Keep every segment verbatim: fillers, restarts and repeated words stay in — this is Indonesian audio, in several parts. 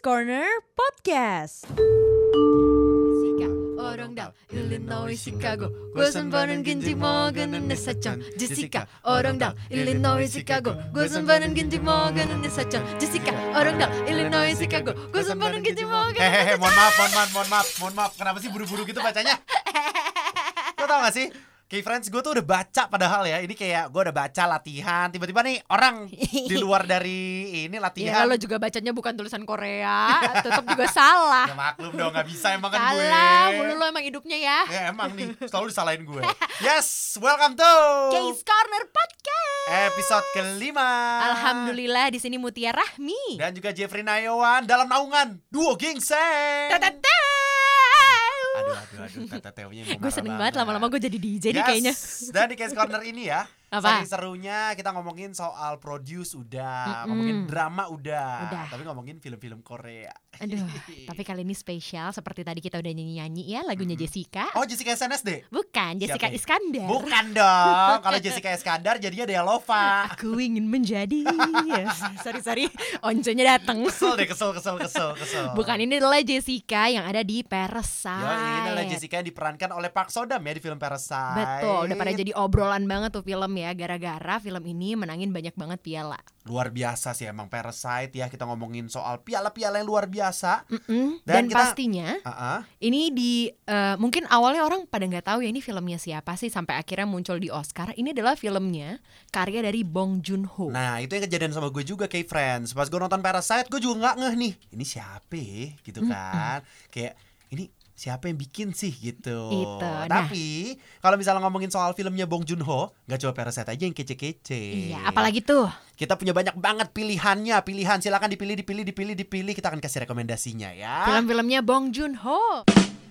Corner Podcast. Orongdal, Illinois, Chicago. Gue sembaran ginji Morgan and Nesachon. Jessica, Orongdal, Illinois, Chicago. Gue sembaran ginji Morgan and Nesachon. Jessica, Orongdal, Illinois, Chicago. Gue sembaran ginji Morgan. Hehehe, mohon maaf, mohon maaf, mohon maaf, mohon maaf. Kenapa sih buru-buru gitu bacanya? Lo tau gak sih? Kayak friends, gue tuh udah baca padahal ya. Ini kayak gue udah baca latihan. Tiba-tiba nih orang di luar dari ini Ya latihan. kalau juga bacanya bukan tulisan Korea, tetap juga salah. Ya maklum dong, gak bisa emang kan gue. Salah, mulu lo emang hidupnya ya. Ya emang nih, selalu disalahin gue. Yes, welcome to Case Corner Podcast. episode kelima. Alhamdulillah di sini Mutia Rahmi. Dan juga Jeffrey Nayawan dalam naungan Duo Gingseng. Tata-tata. Aduh, aduh, aduh, tata-teunya mau Gue seneng marah banget lama-lama gue jadi D J nih Yes. kayaknya. Dan di Case Corner ini ya, Apa? saking serunya kita ngomongin soal produce udah, Mm-mm. ngomongin drama udah, Udah. tapi ngomongin film-film Korea. Aduh, tapi kali ini spesial seperti tadi kita udah nyanyi-nyanyi ya lagunya Jessica. Oh, Jessica S N S D? Bukan, Jessica Siapa ya? Iskandar. Bukan dong. Kalau Jessica Iskandar jadinya Dea Lova. Aku ingin menjadi. sorry sorry, onconya datang. Kesel deh, kesel, kesel, kesel, kesel. Bukan, ini adalah Jessica yang ada di Parasite. Yo, ini adalah Jessica yang diperankan oleh Park Sodam ya di film Parasite. Betul, udah pada jadi obrolan banget tuh film ya. Gara-gara film ini menangin banyak banget piala. Luar biasa sih emang Parasite ya. Kita ngomongin soal piala-piala yang luar biasa. Mm-mm. Dan Dan, kita- pastinya Uh-uh. ini di eh, mungkin awalnya orang pada nggak tahu ya ini filmnya siapa sih sampai akhirnya muncul di Oscar. Ini adalah filmnya karya dari Bong Joon-ho. Nah itu yang kejadian sama gue juga kayak friends. Pas gue nonton Parasite gue juga gak ngeh nih, ini siapa ya? Gitu kan. Kayak ini siapa yang bikin sih gitu. Itu, nah. Tapi kalau misalnya ngomongin soal filmnya Bong Joon-ho, gak cuma Parasite aja yang kece-kece. Iya, apalagi tuh. Kita punya banyak banget pilihannya. Pilihan silakan dipilih, dipilih, dipilih, dipilih. Kita akan kasih rekomendasinya ya. Film-filmnya Bong Joon-ho.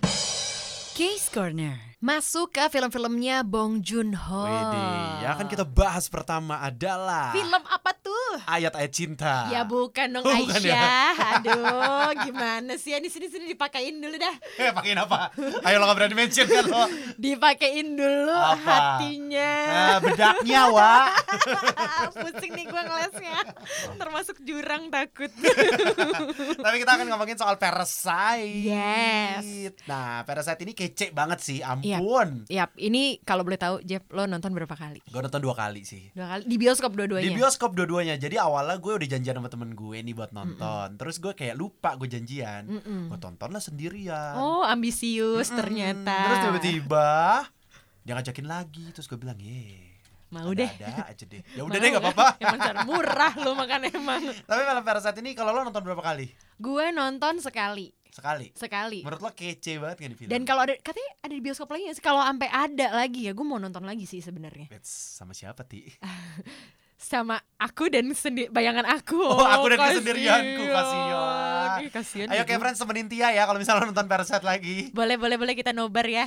Case Corner. Masuk ke film-filmnya Bong Joon-ho. Widih, ya kan kita bahas pertama adalah Film apa tuh? Ayat-ayat cinta. Ya bukan dong Oh, bukan ya? Aisyah. Aduh, gimana sih? Ini sini-sini dipakein dulu dah. Eh, pakein apa? Ayo lo gak berani mention kan lo. Dipakein dulu Apa? hatinya. Nah, bedaknya, Wak. Pusing nih gue ngelesnya. Termasuk jurang takut. Tapi kita akan ngomongin soal Parasite. Yes. Nah, Parasite ini kece banget sih, Iya. ampun. Yap, ini kalau boleh tahu Jeff, lo nonton berapa kali? Gue nonton dua kali sih. Dua kali di bioskop dua-duanya. Di bioskop dua-duanya. Jadi awalnya gue udah janjian sama temen gue nih buat nonton. Terus gue kayak lupa gue janjian. Mm-mm. Gue tonton lah sendirian. Oh, ambisius Mm-mm. ternyata. Terus tiba-tiba dia ngajakin lagi. Terus gue bilang, ye. Mau deh. Ada aja deh. Ya udah Mau deh, nggak apa-apa. Emang cara murah lo makan emang. Tapi film Parasite ini kalau lo nonton berapa kali? Gue nonton sekali, Sekali. sekali. Menurut lo kece banget kan di film? Dan kalau ada katanya ada di bioskop lagi nggak sih? Kalau sampai ada lagi ya, gue mau nonton lagi sih sebenarnya. Wets, sama siapa Ti? Sama aku dan sendi- bayangan aku. Oh, aku dan kasihan. kesendirianku, kasihan. Ih, kasihan Ayo juga. kayak friends temenin Tia ya kalau misalnya nonton Parasite lagi. Boleh, boleh, boleh kita nobar ya.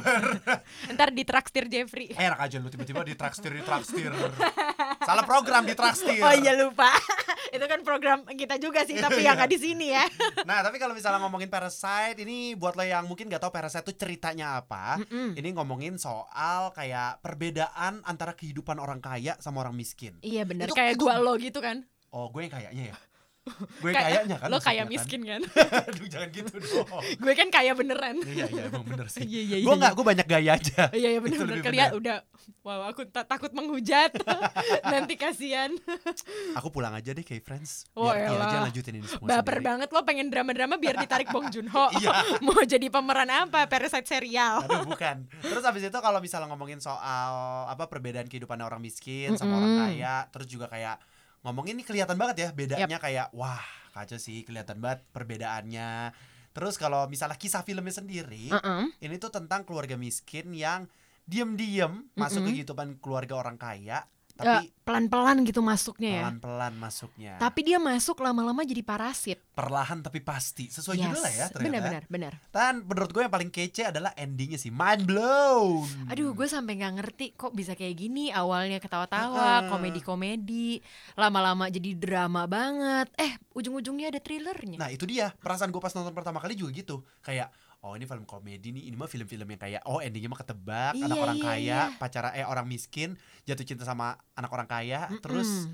Ntar ditraktir Jeffrey. Eh, enak aja lu tiba-tiba ditraktir, ditraktir. Salah program ditraktir. Oh iya lupa. Itu kan program kita juga sih, tapi yang nggak di sini ya. Nah, tapi kalau misalnya ngomongin Parasite ini buat lo yang mungkin gak tahu Parasite itu ceritanya apa. Mm-mm. Ini ngomongin soal kayak perbedaan antara kehidupan orang kaya sama orang miskin. Iya benar, Itu- kayak itu- gua lo gitu kan. Oh, gue yang kayaknya ya. Gue Kayak- kayaknya kan. lo maksudnya kaya kan. miskin kan. Aduh, jangan gitu dong. Gue kan kaya beneran. Iya, iya emang bener sih. Iya, iya, Gue iya, enggak, gue banyak gaya aja. Iya iya Itu benar-benar lebih kelihatan bener. udah. Wow, aku ta- takut menghujat. Nanti kasihan. Aku pulang aja deh kayak friends. Oh, Biar Tia elah. aja lanjutin ini semua Baper sendiri. banget lo pengen drama-drama biar ditarik Bong Joon-ho. Iya. Mau jadi pemeran apa? Parasite serial. Aduh, bukan. Terus habis itu kalau misalnya ngomongin soal apa perbedaan kehidupan orang miskin sama Mm-mm. orang kaya, terus juga kayak ngomongin ini kelihatan banget ya bedanya kayak wah, kacau sih kelihatan banget perbedaannya. Terus kalau misalnya kisah filmnya sendiri, Uh-uh. ini tuh tentang keluarga miskin yang diem-diem masuk ke Mm-mm. kehidupan keluarga orang kaya, Ya, tapi pelan-pelan gitu masuknya ya. pelan-pelan masuknya. Tapi dia masuk lama-lama jadi parasit. Perlahan tapi pasti. Sesuai Yes. judulnya ya ternyata. Benar-benar, benar. Dan menurut gue yang paling kece adalah endingnya sih, mind blown. Aduh, gue sampai nggak ngerti kok bisa kayak gini. Awalnya ketawa-tawa, Uh-uh. komedi-komedi, lama-lama jadi drama banget. Eh, ujung-ujungnya ada thrillernya. Nah itu dia, perasaan gue pas nonton pertama kali juga gitu. Kayak, oh ini film komedi nih, ini mah film-film yang kayak, oh endingnya mah ketebak. Iya, Anak orang iya, kaya, iya. pacara, eh orang miskin jatuh cinta sama anak orang kaya. Mm-mm. Terus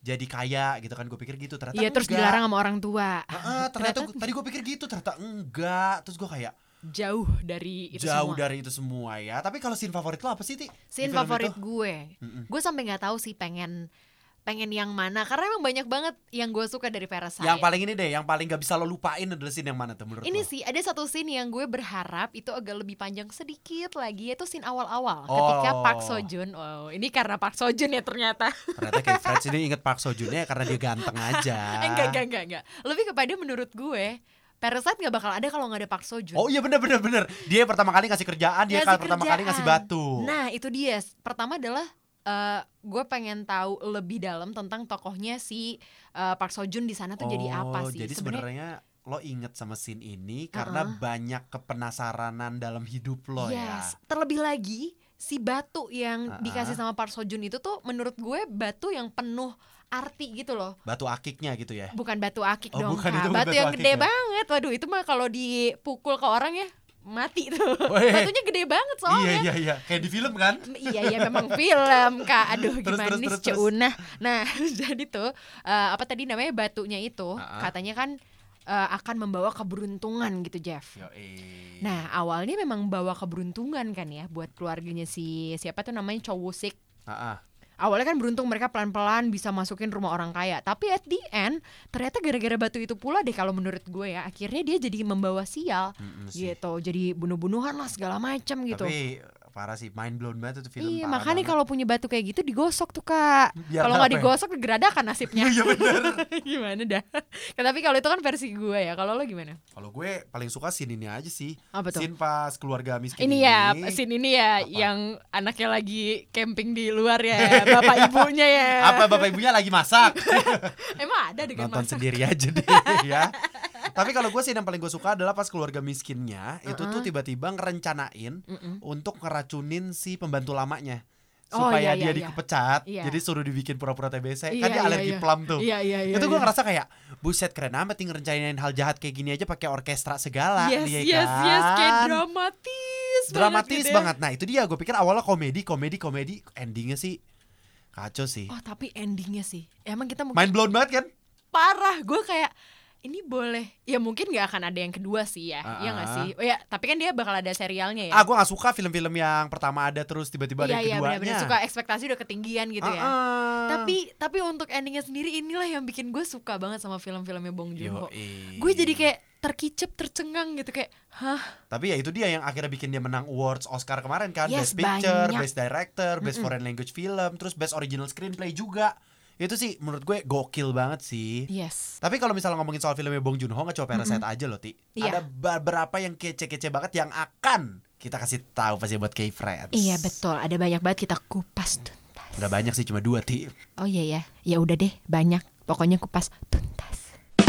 jadi kaya gitu kan, gue pikir gitu, ternyata Iya, terus enggak. dilarang sama orang tua. Heeh, ternyata, gua, tadi gue pikir gitu, ternyata enggak. Terus gue kayak Jauh dari itu jauh semua. dari itu semua ya. Tapi kalau scene favorit lo apa sih, Ti? Scene Di film favorit itu? gue, Mm-mm. gue sampai nggak tahu sih pengen pengen yang mana, karena emang banyak banget yang gue suka dari Parasite. Yang paling ini deh, yang paling gak bisa lo lupain adalah scene yang mana tuh menurut Ini lo? sih ada satu scene yang gue berharap itu agak lebih panjang sedikit lagi, yaitu scene awal-awal Oh. ketika Park Seo Joon. Oh, ini karena Park Seo Joon ya ternyata. Ternyata kayak Friends ini inget Park Seo Joon-nya karena dia ganteng aja. enggak, enggak, enggak, enggak. Lebih kepada menurut gue Parasite nggak bakal ada kalau nggak ada Park Seo Joon. Oh iya bener bener bener. Dia yang pertama kali ngasih kerjaan, dia Ngasih kali pertama kali ngasih kerjaan. batu. Nah itu dia. Pertama adalah uh, gue pengen tahu lebih dalam tentang tokohnya si uh, Park Seo Joon di sana tuh jadi apa Oh, sih? jadi Sebenarnya- sebenarnya lo inget sama scene ini karena Uh-uh. banyak kepenasaranan dalam hidup lo Yes. ya. Terlebih lagi si batu yang Uh-uh. dikasih sama Park Seo Joon itu tuh menurut gue batu yang penuh arti gitu loh. Batu akiknya gitu ya. Bukan batu akik Oh, dong, bukan, Kak. itu bukan Batu batu yang akik gede ya? banget. Waduh, itu mah kalau dipukul ke orang ya mati tuh. Weh. Batunya gede banget soalnya. Iya iya iya, kayak di film kan? Iya iya memang film Kak. Aduh Terus, gimana terus, nih terus, si Ceunah. Nah jadi tuh uh, apa tadi namanya batunya itu Ah. katanya kan uh, akan membawa keberuntungan gitu Jeff. Yoi. Nah awalnya memang bawa keberuntungan kan ya buat keluarganya si siapa tuh namanya Cho Woo Sik. Ah, ah. Awalnya kan beruntung mereka pelan-pelan bisa masukin rumah orang kaya. Tapi at the end ternyata gara-gara batu itu pula deh kalau menurut gue ya. Akhirnya dia jadi membawa sial Mm-mm sih. gitu. Jadi bunuh-bunuhan lah segala macam gitu. Tapi parah sih, mind blown banget itu film. Iya parah makanya banget. kalau punya batu kayak gitu digosok tuh Kak. Biar Kalau nggak apa ya? digosok geradakan nasibnya. Iya bener. Gimana dah? Tapi kalau itu kan versi gue ya. Kalau lo gimana? Kalau gue paling suka scene ini aja sih. Apa tuh? Scene pas keluarga miskin Ini ini. ya, scene ini ya Apa? yang anaknya lagi camping di luar ya, bapak ibunya ya. Apa bapak ibunya lagi masak? Emang ada dengan Nonton masak? sendiri aja deh ya. Tapi kalau gue sih yang paling gue suka adalah pas keluarga miskinnya itu tuh tiba-tiba ngerencanain Mm-mm. untuk ngeracunin si pembantu lamanya Oh, supaya iya, dia iya, iya. dikepecat. Iya. Jadi suruh dibikin pura-pura T B C. Iya, Kan dia iya, alergi iya. plum tuh. Iya iya iya. Itu gue iya. ngerasa kayak buset keren amat nih ngerencanain hal jahat kayak gini aja pakai orkestra segala. Yes dia yes kan. yes kayak dramatis. Dramatis gitu ya. banget. Nah itu dia gue pikir awalnya komedi komedi komedi endingnya sih kacau sih. Oh tapi endingnya sih, emang kita mungkin Mind blown banget kan? parah. Gue kayak ini boleh, ya mungkin nggak akan ada yang kedua sih ya, Ah, iya nggak ah. sih? Oh ya, tapi kan dia bakal ada serialnya ya. Ah gue gak suka film-film yang pertama ada terus tiba-tiba ada Iya yang iya keduanya. benar-benar suka ekspektasi udah ketinggian gitu ya. Ah, ah. Tapi tapi untuk endingnya sendiri inilah yang bikin gue suka banget sama film-filmnya Bong Joon-ho. Yoi. Gue jadi kayak terkicep, tercengang gitu kayak, hah? Tapi ya itu dia yang akhirnya bikin dia menang awards Oscar kemarin kan. Yes, Best Picture, banyak. Best Director, Best Foreign Language Film, terus Best Original Screenplay juga. Itu sih menurut gue gokil banget sih. Yes. Tapi kalau misalnya ngomongin soal filmnya Bong Joon-ho nggak cuma Parasite aja loh Ti. Iya. Ada beberapa yang kece-kece banget yang akan kita kasih tahu pasti buat K-Friends. Iya betul, ada banyak banget kita kupas tuntas. Udah banyak sih cuma dua Ti. Oh iya ya, ya udah deh banyak. Pokoknya kupas tuntas.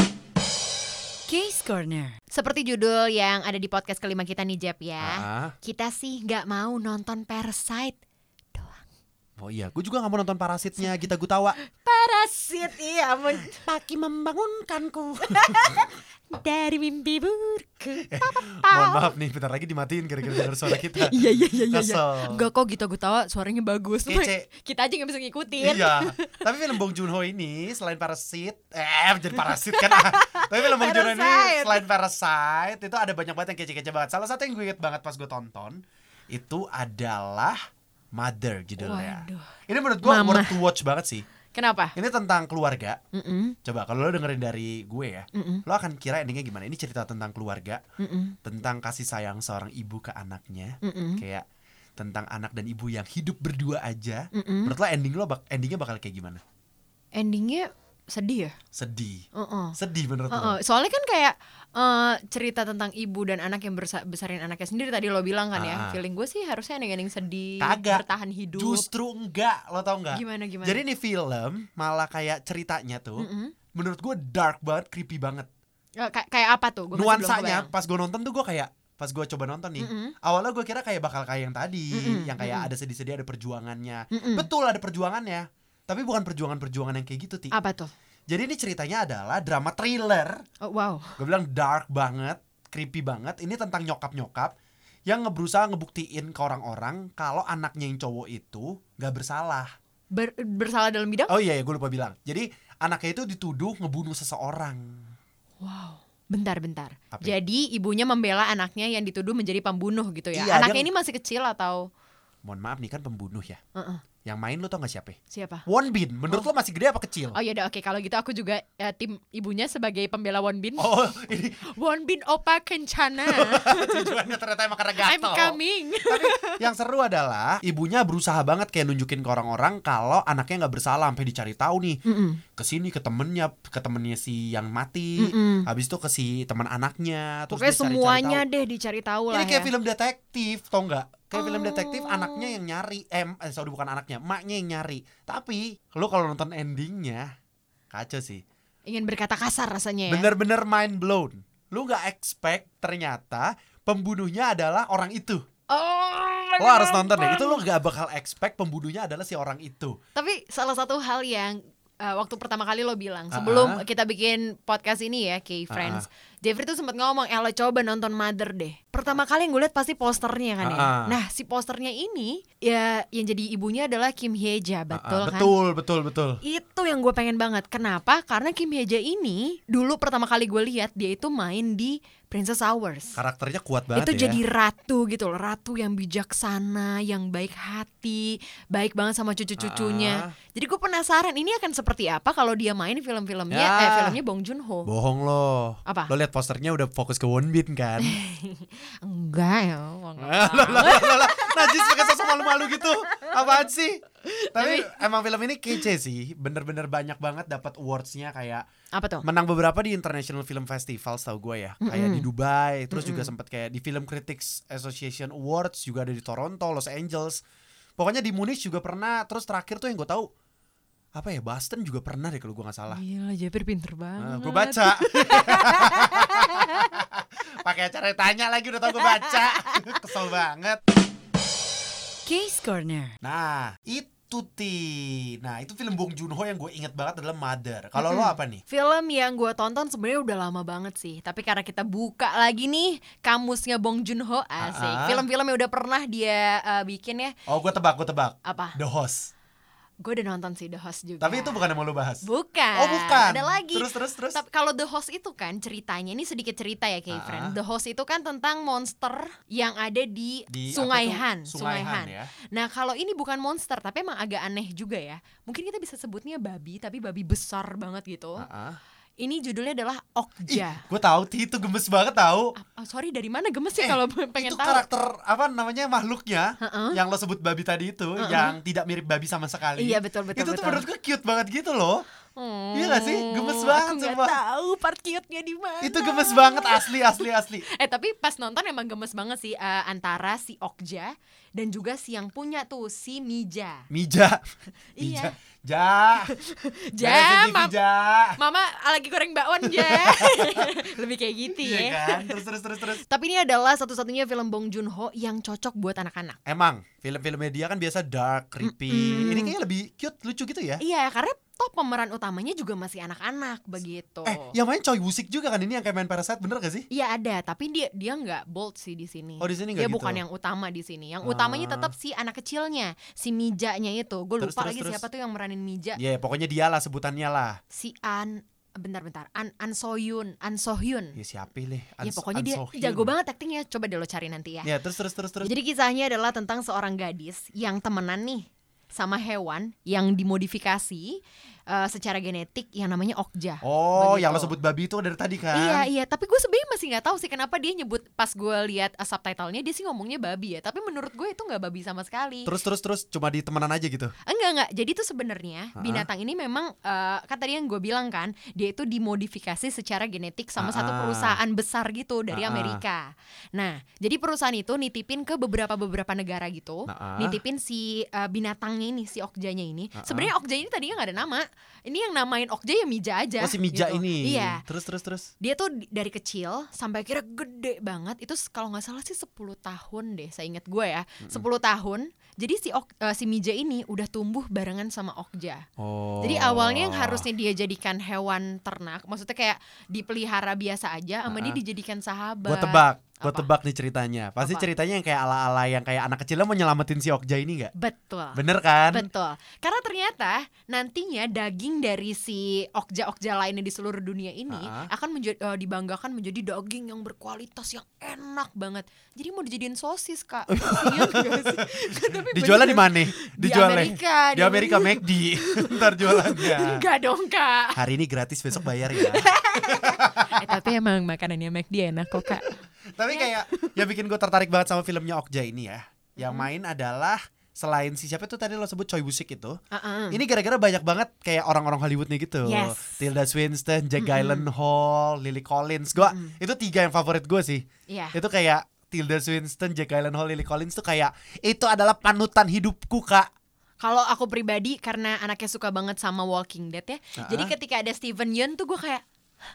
Case Corner. Seperti judul yang ada di podcast kelima kita nih Jep ya. Ah. Kita sih nggak mau nonton Parasite. Oh iya, gue juga gak mau nonton Parasitnya Gita Gutawa. Parasit iya men- Pagi membangunkanku. dari mimpi burukku. Mohon maaf nih, bentar lagi dimatiin gara-gara denger suara kita. Iya iya iya iya. Kesel. Enggak kok Gita Gutawa suaranya bagus. Kece. Kita aja nggak bisa ngikutin. Iya, tapi film Bong Joon-ho ini selain Parasit, eh jadi Parasit kan. Tapi film Bong Joon-ho ini Parasite. selain Parasite itu ada banyak banget yang kece-kece banget. Salah satu yang gue inget banget pas gue tonton itu adalah Mother judulnya. Waduh. Ini menurut gue Mama. worth to watch banget sih. Kenapa? Ini tentang keluarga. Mm-mm. Coba kalau lo dengerin dari gue ya, Mm-mm. lo akan kira endingnya gimana. Ini cerita tentang keluarga, Mm-mm. tentang kasih sayang seorang ibu ke anaknya, Mm-mm. kayak tentang anak dan ibu yang hidup berdua aja. Mm-mm. Menurut lo ending lo bak- endingnya bakal kayak gimana? Endingnya sedih ya. Sedih. Uh-uh. Sedih menurut lo? Uh-uh. Soalnya kan kayak uh, cerita tentang ibu dan anak yang bersa- besarin anaknya sendiri tadi lo bilang kan ya. Ah. Feeling gue sih harusnya ending-ending sedih, Kagak. bertahan hidup. Justru enggak, lo tau enggak? Gimana gimana? Jadi nih film malah kayak ceritanya tuh, Mm-mm. menurut gue dark banget, creepy banget. Uh, ka- kayak apa tuh? Gua masih belum Nuansanya kebayang. pas gue nonton tuh gue kayak pas gue coba nonton nih, Mm-mm. awalnya gue kira kayak bakal kayak yang tadi, Mm-mm, yang kayak mm-mm. ada sedih-sedih, ada perjuangannya. Mm-mm. Betul ada perjuangannya, tapi bukan perjuangan-perjuangan yang kayak gitu Ti. Apa tuh? Jadi ini ceritanya adalah drama thriller. Oh, wow. Gue bilang dark banget, creepy banget. Ini tentang nyokap-nyokap yang nge- berusaha ngebuktiin ke orang-orang kalau anaknya yang cowok itu gak bersalah. Ber- bersalah dalam bidang? Oh iya ya, gue lupa bilang. Jadi anaknya itu dituduh ngebunuh seseorang. Wow. Bentar-bentar. Apa? Jadi ibunya membela anaknya yang dituduh menjadi pembunuh gitu ya. Iya, Anaknya dia- ini masih kecil atau? Mohon maaf nih kan pembunuh ya. Uh-uh. Yang main lu tau gak siapa? Siapa? Won Bin. Menurut lo masih gede apa kecil? Oh ya udah oke, kalau gitu aku juga ya, tim ibunya sebagai pembela Won Bin. Oh, ini Won Bin opa kencana. tujuannya ternyata emang karena gatel. I'm coming. Tapi yang seru adalah ibunya berusaha banget kayak nunjukin ke orang-orang kalau anaknya nggak bersalah sampai dicari tahu nih. Mm-mm. Ke sini ke temennya, ke temennya si yang mati. Mm-mm. Habis itu ke si teman anaknya. Terus Pokoknya dia cari-cari semuanya tahu. deh dicari tahu lah Ini kayak ya. film detektif, tau nggak? Kayak film Oh. detektif, anaknya yang nyari, eh, eh sorry bukan anaknya, emaknya yang nyari. Tapi lo kalau nonton endingnya, kacau sih. Ingin berkata kasar rasanya ya. Bener-bener mind blown. Lu nggak expect ternyata pembunuhnya adalah orang itu. Oh, Lo harus nonton deh. Itu lo gak bakal expect pembunuhnya adalah si orang itu. Tapi salah satu hal yang uh, waktu pertama kali lo bilang sebelum Uh-uh. kita bikin podcast ini ya, K-Friends, Jeffrey tuh sempat ngomong, "Eh lo coba nonton Mother deh." Pertama kali yang gue lihat pasti posternya kan ya. Uh-uh. Nah, si posternya ini ya yang jadi ibunya adalah Kim Hye-ja, betul Ah, kan? betul, betul, betul. Itu yang gue pengen banget. Kenapa? Karena Kim Hye-ja ini dulu pertama kali gue lihat dia itu main di Princess Hours. Karakternya kuat banget Itu ya. jadi ratu gitu loh, ratu yang bijaksana, yang baik hati, baik banget sama cucu-cucunya. Ah. Jadi gue penasaran ini akan seperti apa kalau dia main film-filmnya, Ya. eh filmnya Bong Joon-ho. Bohong lo. Apa? Lo liat posternya udah fokus ke Won Bin kan? Enggak ya. enggak. Lah, lah, lah, lah. Najis pakai sosok malu-malu gitu. Apaan sih? Tapi emang film ini kece sih. Bener-bener banyak banget dapat awards-nya kayak Apa tuh? menang beberapa di International Film Festival setahu gue ya. Kayak di Dubai, terus juga Mm-mm. sempat kayak di Film Critics Association Awards juga ada di Toronto, Los Angeles. Pokoknya di Munich juga pernah. Terus terakhir tuh yang gue tahu apa ya, Boston juga pernah deh kalau gue nggak salah. Gila, Jepir pinter banget. Nah, gue baca. Pakai acara tanya lagi udah tau gue baca. Kesel banget. Case Corner. Nah, itu Ti. Nah, itu film Bong Joon-ho yang gue inget banget adalah Mother. Kalau lo apa nih? Film yang gue tonton sebenarnya udah lama banget sih. Tapi karena kita buka lagi nih kamusnya Bong Joon-ho, asik. Ah. Film-film yang udah pernah dia uh, bikin ya. Oh, gue tebak, gue tebak. Apa? The Host. Gue udah nonton sih The Host juga. Tapi itu bukan yang mau lo bahas. Bukan. Oh, bukan. Ada lagi. Terus, terus, terus. Tapi kalau The Host itu kan ceritanya, ini sedikit cerita ya kayak Ah. friend. The Host itu kan tentang monster yang ada di, Di Sungai apa tuh? Han. Sungai Han ya. Nah kalau ini bukan monster, tapi emang agak aneh juga ya. Mungkin kita bisa sebutnya babi, tapi babi besar banget gitu. Ah. Ini judulnya adalah Ih, Okja. gue tahu Ti, itu gemes banget tahu. Ah, sorry, dari mana gemes sih Eh, kalau pengen Itu tahu? karakter apa namanya makhluknya Heeh. yang lo sebut babi tadi itu, Heeh. yang tidak mirip babi sama sekali. Iya, betul, betul, Itu tuh betul. menurut gue cute banget gitu loh. Hmm, Iya gak sih? Gemes banget, Aku nggak sumpah. tahu part cute-nya di mana. Itu gemes banget, asli asli asli. Eh tapi pas nonton emang gemes banget sih, eh, antara si Okja dan juga si yang punya tuh si Mija. Mija. Iya. Mija. Ja. Ja, Beresin T V, mam- Ja. Mama lagi goreng bakwan ya. Lebih kayak gitu Iya ya. kan? Terus terus terus terus. Tapi ini adalah satu-satunya film Bong Joon-ho yang cocok buat anak-anak. Emang film-filmnya dia kan biasa dark, creepy. Mm-mm. Ini kayaknya lebih cute, lucu gitu ya. Iya, karena toh pemeran utamanya juga masih anak-anak begitu. Eh, yang main Choi Woo-sik juga kan ini yang kayak main Parasite, bener gak sih? Iya ada, tapi dia dia nggak bold sih di sini. Oh, di sini Dia nggak gitu. bukan yang utama di sini. Yang Ah. utamanya tetap si anak kecilnya, si Mijanya itu. Gue Terus, lupa terus, lagi terus. siapa tuh yang meranin Mija. Ya, pokoknya dia lah sebutannya lah. Si An, bentar-bentar, An An Sohyun, An Sohyun. Ya siapa leh? Ya pokoknya dia jago banget aktingnya. Coba deh lo cari nanti ya. Ya, terus terus terus terus. Jadi kisahnya adalah tentang seorang gadis yang temenan nih sama hewan yang dimodifikasi uh, secara genetik yang namanya Okja. Oh, Begitu. yang lo sebut babi itu dari tadi kan? Iya iya, tapi gue sebenarnya masih nggak tahu sih kenapa dia nyebut, pas gue lihat uh, subtitlenya dia sih ngomongnya babi ya, tapi menurut gue itu nggak babi sama sekali. Terus terus terus cuma di temenan aja gitu. Enggak enggak, jadi tuh sebenarnya Ha-ha. binatang ini memang uh, kan tadi yang gue bilang kan, dia itu dimodifikasi secara genetik sama satu Ha-ha. perusahaan besar gitu dari Ha-ha. Amerika. Nah, jadi perusahaan itu nitipin ke beberapa beberapa negara gitu, Ha-ha. nitipin si uh, binatangnya ini, si Okjanya ini. Ha-ha. Sebenarnya Okja ini tadinya nggak ada nama. Ini yang namain Okja ya Mija aja. Oh, si Mija gitu. ini. Iya. Terus terus terus. Dia tuh di- dari kecil sampai akhirnya gede banget. Itu s- kalau nggak salah sih sepuluh tahun deh, saya ingat gue ya. sepuluh tahun. Jadi si Ok- eh, si Mija ini udah tumbuh barengan sama Okja. Oh. Jadi awalnya yang harusnya dia jadikan hewan ternak, maksudnya kayak dipelihara biasa aja, sama dia Ha-ha. dijadikan sahabat. Gua tebak. Gue Apa? tebak nih ceritanya. Pasti Apa? ceritanya yang kayak ala-ala yang kayak anak kecilnya mau nyelamatin si Okja ini gak? Betul. Bener kan? Betul. Karena ternyata nantinya daging dari si okja-okja lainnya di seluruh dunia ini Uh-huh. akan menjadi uh, dibanggakan menjadi daging yang berkualitas yang enak banget. Jadi mau dijadiin sosis, Kak. Kasian gak sih? Tapi Dijualnya di bener. mana? Di Dijualnya Amerika, di Amerika McD. Ntar jualannya. Enggak dong, Kak. Hari ini gratis, besok bayar ya. Eh, tapi emang makanannya McD enak kok, Kak. Tapi kayak yang bikin gue tertarik banget sama filmnya Okja ini ya. Yang main adalah selain si siapa tuh tadi lo sebut Choi Busik itu. Uh-uh. Ini gara-gara banyak banget kayak orang-orang Hollywood nih gitu. Yes. Tilda Swinton, Jack Gyllenhaal, Lily Collins. Gua itu tiga yang favorit gue sih. Iya. Itu kayak Tilda Swinton, Jack Gyllenhaal, Lily Collins tuh kayak itu adalah panutan hidupku, Kak. Kalau aku pribadi karena anaknya suka banget sama Walking Dead ya. Uh-uh. Jadi ketika ada Steven Yeun tuh gue kayak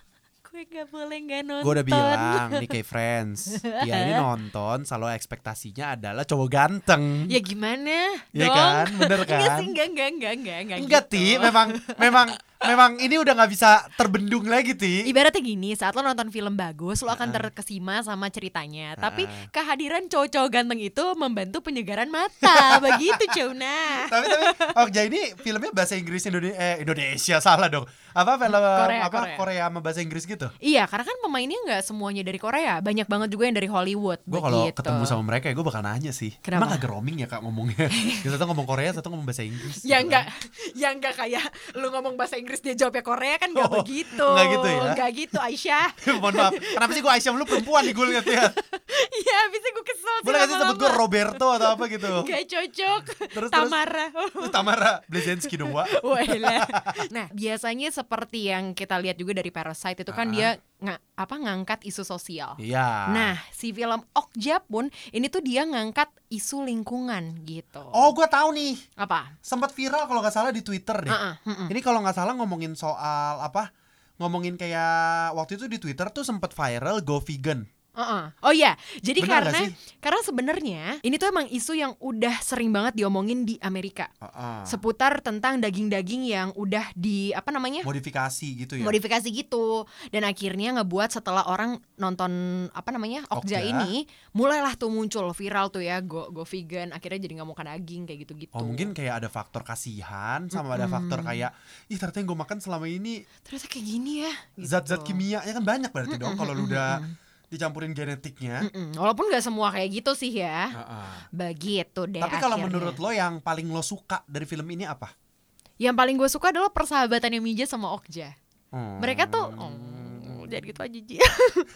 gue gak boleh gak nonton. Gue udah bilang nih kayak friends, dia ini nonton selalu ekspektasinya adalah cowok ganteng. Ya gimana Iya dong? kan? Bener Enggak kan? sih, enggak, enggak, enggak, enggak, enggak Enggak gitu. Ti, memang memang memang ini udah nggak bisa terbendung lagi Ti. Ibaratnya gini, saat lo nonton film bagus, lo akan Uh-uh. terkesima sama ceritanya. Uh-uh. Tapi kehadiran cowok-cowok ganteng itu membantu penyegaran mata. Begitu, Cuna. Tapi tapi Okja ini filmnya bahasa Inggris Indonesia eh Indonesia salah dong. Apa film Korea, apa Korea. Korea sama bahasa Inggris gitu. Iya, karena kan pemainnya nggak semuanya dari Korea. Banyak banget juga yang dari Hollywood. Gue kalau begitu. ketemu sama mereka ya gue bakal nanya sih. Kenapa? Emang agak roaming ya Kak ngomongnya. Yang satu ngomong Korea, satu ngomong bahasa Inggris. Ya gitu enggak, kan. ya enggak kayak lu ngomong bahasa Inggris dia jawabnya Korea kan enggak Oh, begitu. enggak gitu ya? Enggak gitu, Aisyah. Mohon maaf. Kenapa sih gue Aisyah lu perempuan nih gue lihat-lihat. Iya, bisa gue kesel sih. Boleh gak sih sebut gue lama-lama. Roberto atau apa gitu. Gak cocok. Terus, Tamara. Terus Tamara Blazensky dong, Wak. Wailah. Nah, biasanya seperti yang kita lihat juga dari Parasite itu kan Ah. dia nga, apa ngangkat isu sosial. Iya. Nah, si film Okja pun ini tuh dia ngangkat isu lingkungan gitu. Oh, gue tahu nih. Apa? Sempat viral kalau nggak salah di Twitter deh. Uh-uh, uh-uh. Ini kalau nggak salah ngomongin soal apa? Ngomongin kayak waktu itu di Twitter tuh sempat viral go vegan. Uh-uh. Oh iya, jadi Bener karena gak sih? karena sebenarnya ini tuh emang isu yang udah sering banget diomongin di Amerika. Uh-uh. Seputar tentang daging-daging yang udah di apa namanya? Modifikasi gitu ya. Modifikasi gitu. Dan akhirnya ngebuat setelah orang nonton apa namanya? Okja Okja. ini, mulailah tuh muncul viral tuh ya go go vegan, akhirnya jadi nggak makan daging kayak gitu-gitu. Oh mungkin kayak ada faktor kasihan sama ada faktor kayak ih ternyata yang gue makan selama ini Ternyata kayak gini ya. gitu. zat-zat kimianya kan banyak berarti dong kalau lu udah dicampurin genetiknya. Mm-mm. Walaupun nggak semua kayak gitu sih ya. Uh-uh. Begitu deh. Tapi kalau akhirnya. menurut lo yang paling lo suka dari film ini apa? Yang paling gue suka adalah persahabatannya Mija sama Okja. Hmm. Mereka tuh oh, jadi gitu aja Ji.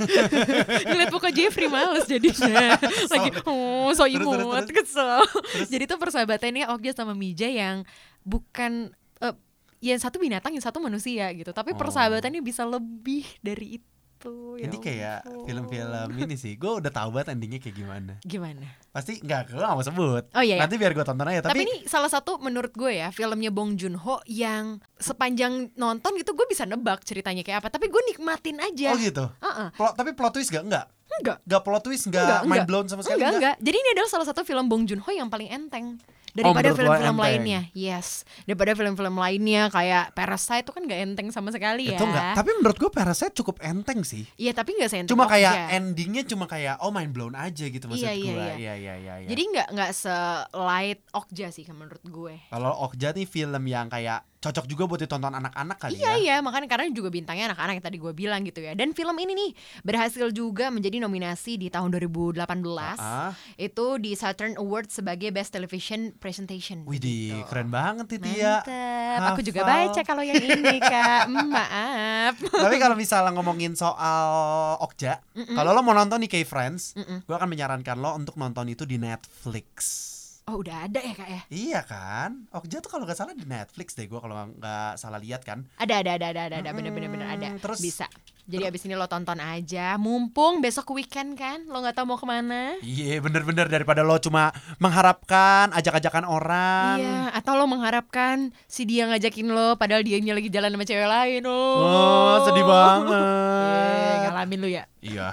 Ngeliat muka Jeffrey males jadinya. Lagi oh so Terus, terus, imut terus. kesel. Jadi tuh persahabatannya Okja sama Mija yang bukan eh, yang satu binatang yang satu manusia gitu. Tapi Oh. persahabatannya bisa lebih dari itu. Ya Ini kayak ampun. film-film ini sih. Gue udah tahu banget endingnya kayak gimana. Gimana? Pasti enggak, gue gak mau sebut. Oh iya, iya. Nanti biar gue tonton aja. Tapi, Tapi, ini salah satu menurut gue ya filmnya Bong Joon-ho yang sepanjang nonton gitu gue bisa nebak ceritanya kayak apa. Tapi gue nikmatin aja. oh gitu. Uh-uh. Plot, tapi plot twist gak? Enggak. Enggak. Gak plot twist, gak Enggak, mind enggak. blown sama sekali. Enggak, enggak. Jadi ini adalah salah satu film Bong Joon-ho yang paling enteng daripada menurut lo film-film enteng? lainnya. Yes, daripada film-film lainnya kayak Parasite itu kan gak enteng sama sekali ya. Itu enggak. Tapi menurut gue Parasite cukup enteng sih. Iya, tapi gak seenteng Cuma Okja. kayak endingnya cuma kayak oh mind blown aja gitu maksud Iya, gue. iya, iya. Iya, iya, iya, iya. Jadi nggak nggak se-light Okja sih menurut gue. Kalau Okja nih film yang kayak cocok juga buat ditonton anak-anak kali Iya ya. iya, makanya karena juga bintangnya anak-anak yang tadi gue bilang gitu ya. Dan film ini nih berhasil juga menjadi nominasi di tahun dua ribu delapan belas. Ah, Itu di Saturn Awards sebagai Best Television Presentation. widih, Gitu. keren banget itu ya. Mantap. Aku juga Hafal. baca kalau yang ini Kak. Mm, maaf. Tapi kalau misalnya ngomongin soal Okja, kalau lo mau nonton nih kayak Friends, Mm-mm. gue akan menyarankan lo untuk nonton itu di Netflix. Oh udah ada ya Kak ya? Iya kan, Okja tuh kalau nggak salah di Netflix deh, gue kalau nggak salah lihat kan. Ada ada ada ada ada, ada. bener-bener bener ada. Mm, terus- Bisa. Jadi abis ini lo tonton aja. Mumpung besok weekend kan, lo nggak tahu mau kemana. Iya bener-bener daripada lo cuma mengharapkan ajak-ajakan orang. Iya, atau lo mengharapkan si dia ngajakin lo padahal dianya lagi jalan sama cewek lain. Oh, Oh sedih Eh, banget. ngalamin lu ya. Iya.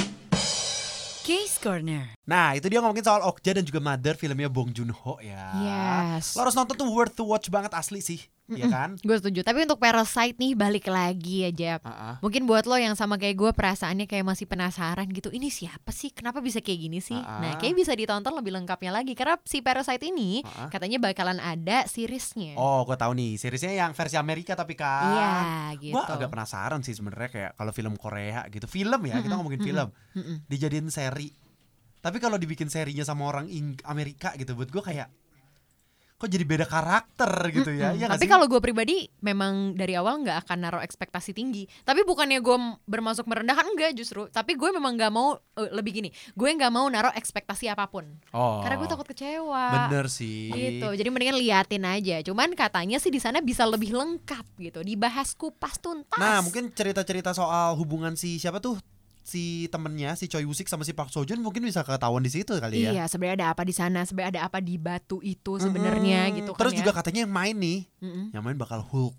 Case Corner. Nah itu dia ngomongin soal Okja dan juga Mother filmnya Bong Joon-ho ya. Yes. Lo harus nonton tuh worth to watch banget asli sih. ya kan? Gue setuju. Tapi untuk Parasite nih balik lagi aja. Uh-uh. Mungkin buat lo yang sama kayak gue perasaannya kayak masih penasaran gitu. Ini siapa sih? Kenapa bisa kayak gini sih? Uh-uh. Nah, kayak bisa ditonton lebih lengkapnya lagi karena si Parasite ini Uh-uh. katanya bakalan ada seriesnya. Oh, gue tahu nih, seriesnya yang versi Amerika tapi kan. Iya, gitu. Gue agak penasaran sih sebenarnya kayak kalau film Korea gitu, film ya, kita ngomongin film, Mm-mm. dijadiin seri. Tapi kalau dibikin serinya sama orang Ing- Amerika gitu, buat gue kayak kok jadi beda karakter gitu ya. Iya nggak Tapi sih? kalau gue pribadi memang dari awal nggak akan naruh ekspektasi tinggi. Tapi bukannya gue m- bermasuk merendahkan, enggak justru. Tapi gue memang nggak mau uh, lebih gini. Gue nggak mau naruh ekspektasi apapun. Oh, Karena gue takut kecewa. bener sih. Gitu. Jadi mendingan liatin aja. Cuman katanya sih di sana bisa lebih lengkap gitu. Dibahas kupas tuntas. Nah, mungkin cerita-cerita soal hubungan si siapa tuh? Si temennya, si Choi Woo-sik sama si Park Seo Joon mungkin bisa ketahuan di situ kali ya. Iya, sebenarnya ada apa di sana? Sebenarnya ada apa di batu itu sebenarnya Mm-mm. gitu kan. Terus ya. juga katanya yang main nih, Mm-mm. yang main bakal Hulk.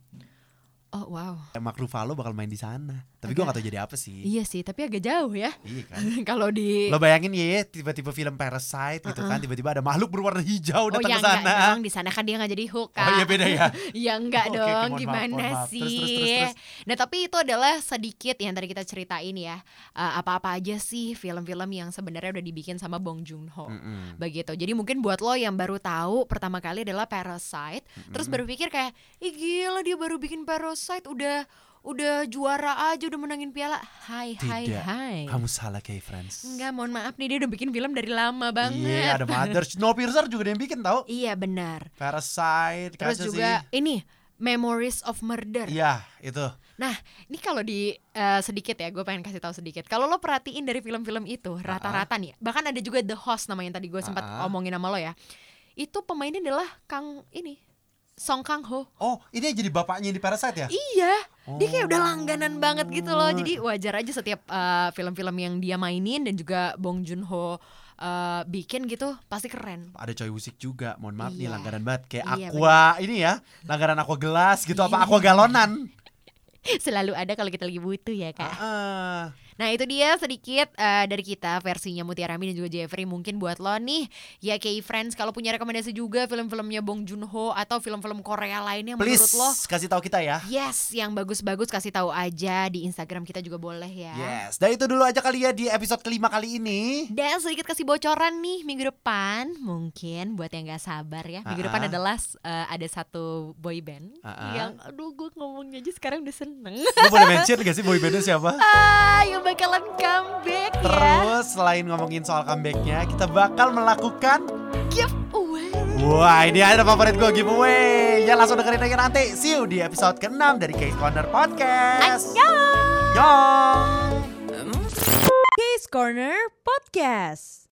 Oh wow. Mark Ruffalo bakal main di sana. Tapi gue Agak- gak tahu jadi apa sih. Iya sih, tapi agak jauh ya. Iya kan. Kalau di Lo bayangin ya, tiba-tiba film Parasite gitu kan, tiba-tiba ada makhluk berwarna hijau Oh datang ya ke enggak sana. dong, di sana kan dia nggak jadi Hulk kan. Oh iya beda ya. Ya enggak Oke, dong, oke, mohon maaf, gimana mohon maaf. sih? Terus, terus, terus, terus. Nah tapi itu adalah sedikit yang tadi kita ceritain ya. Uh, apa-apa aja sih film-film yang sebenarnya udah dibikin sama Bong Joon-ho. Mm-mm. Begitu. Jadi mungkin buat lo yang baru tahu pertama kali adalah Parasite, terus baru pikir kayak, ih gila dia baru bikin Parasite udah udah juara aja, udah menangin piala. Hai hai Tidak, hai. kamu salah kayak friends. Enggak, mohon maaf nih dia udah bikin film dari lama banget. Iya, ada Mother, Snowpiercer juga dia yang bikin tau. Iya benar. Parasite, Terus kacau juga sih. ini Memories of Murder. Iya, itu. Nah, ini kalau di eh, sedikit ya, gue pengen kasih tahu sedikit. Kalau lo perhatiin dari film-film itu, rata-rata nih, bahkan ada juga The Host namanya yang tadi gue sempat Ah. omongin sama lo ya. Itu pemainnya adalah Kang ini, Song Kang Ho. Oh, ini yang jadi bapaknya di Parasite ya? Iya, dia kayak udah Oh. langganan banget gitu loh. Jadi wajar aja setiap eh, film-film yang dia mainin dan juga Bong Joon-ho eh, bikin gitu pasti keren. Ada Choi Woo-sik juga, mohon maaf nih Iya. langganan banget. Kayak Iya, aqua ini ya, langganan aqua gelas gitu, apa aqua galonan. Selalu ada kalau kita lagi butuh ya kak. Ah. Nah itu dia sedikit eh, dari kita versinya Mutiara Rami dan juga Jeffrey. Mungkin buat lo nih ya kayak friends, kalau punya rekomendasi juga film-filmnya Bong Joon-ho atau film-film Korea lainnya Please menurut lo, kasih tahu kita ya. yes, yang bagus-bagus kasih tahu aja di Instagram kita juga boleh ya. Yes, dan itu dulu aja kali ya di episode kelima kali ini. Dan sedikit kasih bocoran nih, minggu depan mungkin buat yang gak sabar ya, minggu Ah-ah. depan adalah eh, ada satu boy band Ah-ah. yang aduh gue ngomongnya aja sekarang udah seneng. Lu boleh mention gak sih boybandnya siapa? Ah, yang bakalan comeback ya. Terus selain ngomongin soal comebacknya, kita bakal melakukan Giveaway. wah, ini ada favorit gue giveaway. Ya langsung dengerin aja nanti. See you di episode keenam dari Case Corner Podcast. Annyeong. Yong. Case Corner Podcast.